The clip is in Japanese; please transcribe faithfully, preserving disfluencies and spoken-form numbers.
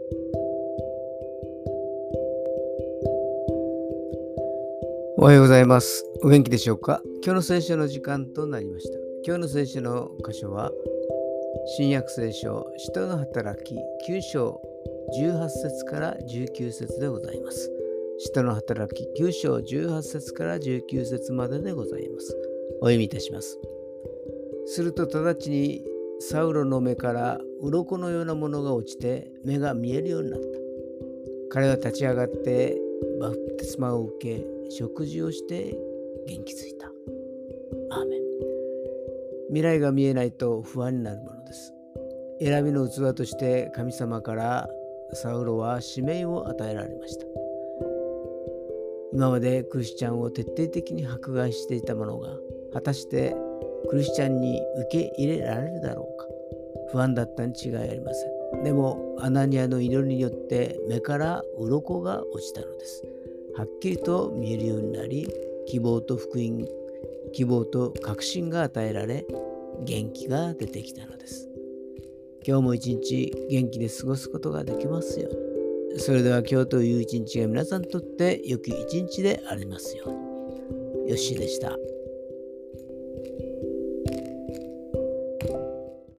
おはようございます。お元気でしょうか？今日の聖書の時間となりました。今日の聖書の箇所は、新約聖書使徒の働ききゅう章じゅうはち節からじゅうきゅう節でございます。使徒の働ききゅう章じゅうはち節からじゅうきゅう節まででございます。お読みいたします。すると直ちにサウロの目から鱗のようなものが落ちて目が見えるようになった。彼は立ち上がってバプテスマを受け、食事をして元気づいた。アーメン。未来が見えないと不安になるものです。選びの器として神様からサウロは使命を与えられました。今までクリスチャンを徹底的に迫害していたものが、果たしてクリスチャンに受け入れられるだろうか。不安だったに違いありません。でもアナニアの祈りによって目から鱗が落ちたのです。はっきりと見えるようになり、希望と福音、希望と確信が与えられ、元気が出てきたのです。今日も一日元気で過ごすことができますように。それでは今日という一日が皆さんにとって良き一日でありますように。よっしーでした。